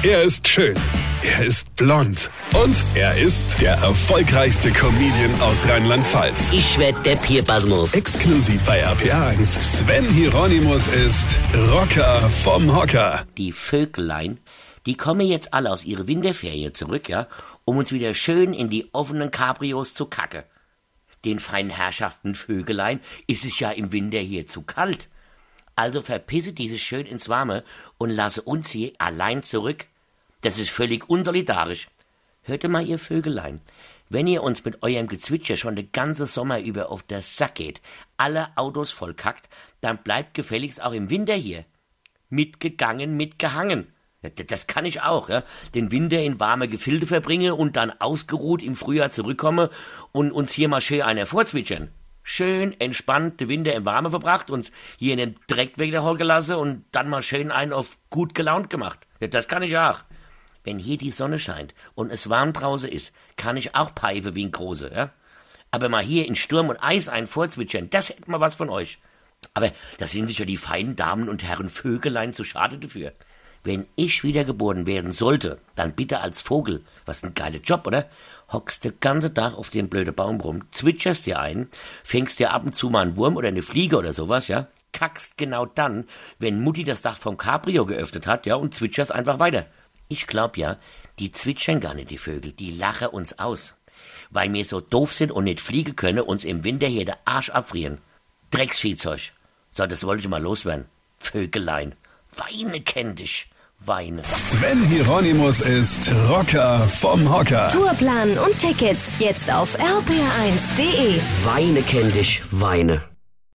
Er ist schön. Er ist blond. Und er ist der erfolgreichste Comedian aus Rheinland-Pfalz. Ich werd der Pierpasmus. Exklusiv bei RPA1. Sven Hieronymus ist Rocker vom Hocker. Die Vögelein, die kommen jetzt alle aus ihrer Winterferie zurück, ja, um uns wieder schön in die offenen Cabrios zu kacken. Den feinen Herrschaften Vögelein ist es ja im Winter hier zu kalt. Also verpisse diese schön ins Warme und lasse uns hier allein zurück. Das ist völlig unsolidarisch. Hört mal, ihr Vögelein, wenn ihr uns mit eurem Gezwitscher schon den ganzen Sommer über auf der Sack geht, alle Autos vollkackt, dann bleibt gefälligst auch im Winter hier. Mitgegangen, mitgehangen. Das kann ich auch, ja. Den Winter in warme Gefilde verbringe und dann ausgeruht im Frühjahr zurückkomme und uns hier mal schön einer vorzwitschern. Schön entspannt den Winter im Warme verbracht, uns hier in den Dreck weggeholt gelassen und dann mal schön einen auf gut gelaunt gemacht. Das kann ich auch. Wenn hier die Sonne scheint und es warm draußen ist, kann ich auch pfeife wie ein Große, ja. Aber mal hier in Sturm und Eis einen vorzwitschern, das hätte mal was von euch. Aber da sind sich ja die feinen Damen und Herren Vögelein zu schade dafür. Wenn ich wiedergeboren werden sollte, dann bitte als Vogel. Was ein geiler Job, oder? Hockst den ganzen Tag auf dem blöden Baum rum, zwitscherst dir ein, fängst dir ab und zu mal einen Wurm oder eine Fliege oder sowas, ja? Kackst genau dann, wenn Mutti das Dach vom Cabrio geöffnet hat, ja, und zwitscherst einfach weiter. Ich glaub ja, die zwitschern gar nicht, die Vögel, die lachen uns aus. Weil wir so doof sind und nicht fliegen können, uns im Winter hier der Arsch abfrieren. Drecksviehzeug. So, das wollte ich mal loswerden. Vögelein. Weine kenn dich. Weine. Sven Hieronymus ist Rocker vom Hocker. Tourplan und Tickets jetzt auf rpr1.de. Weine kenn dich. Weine.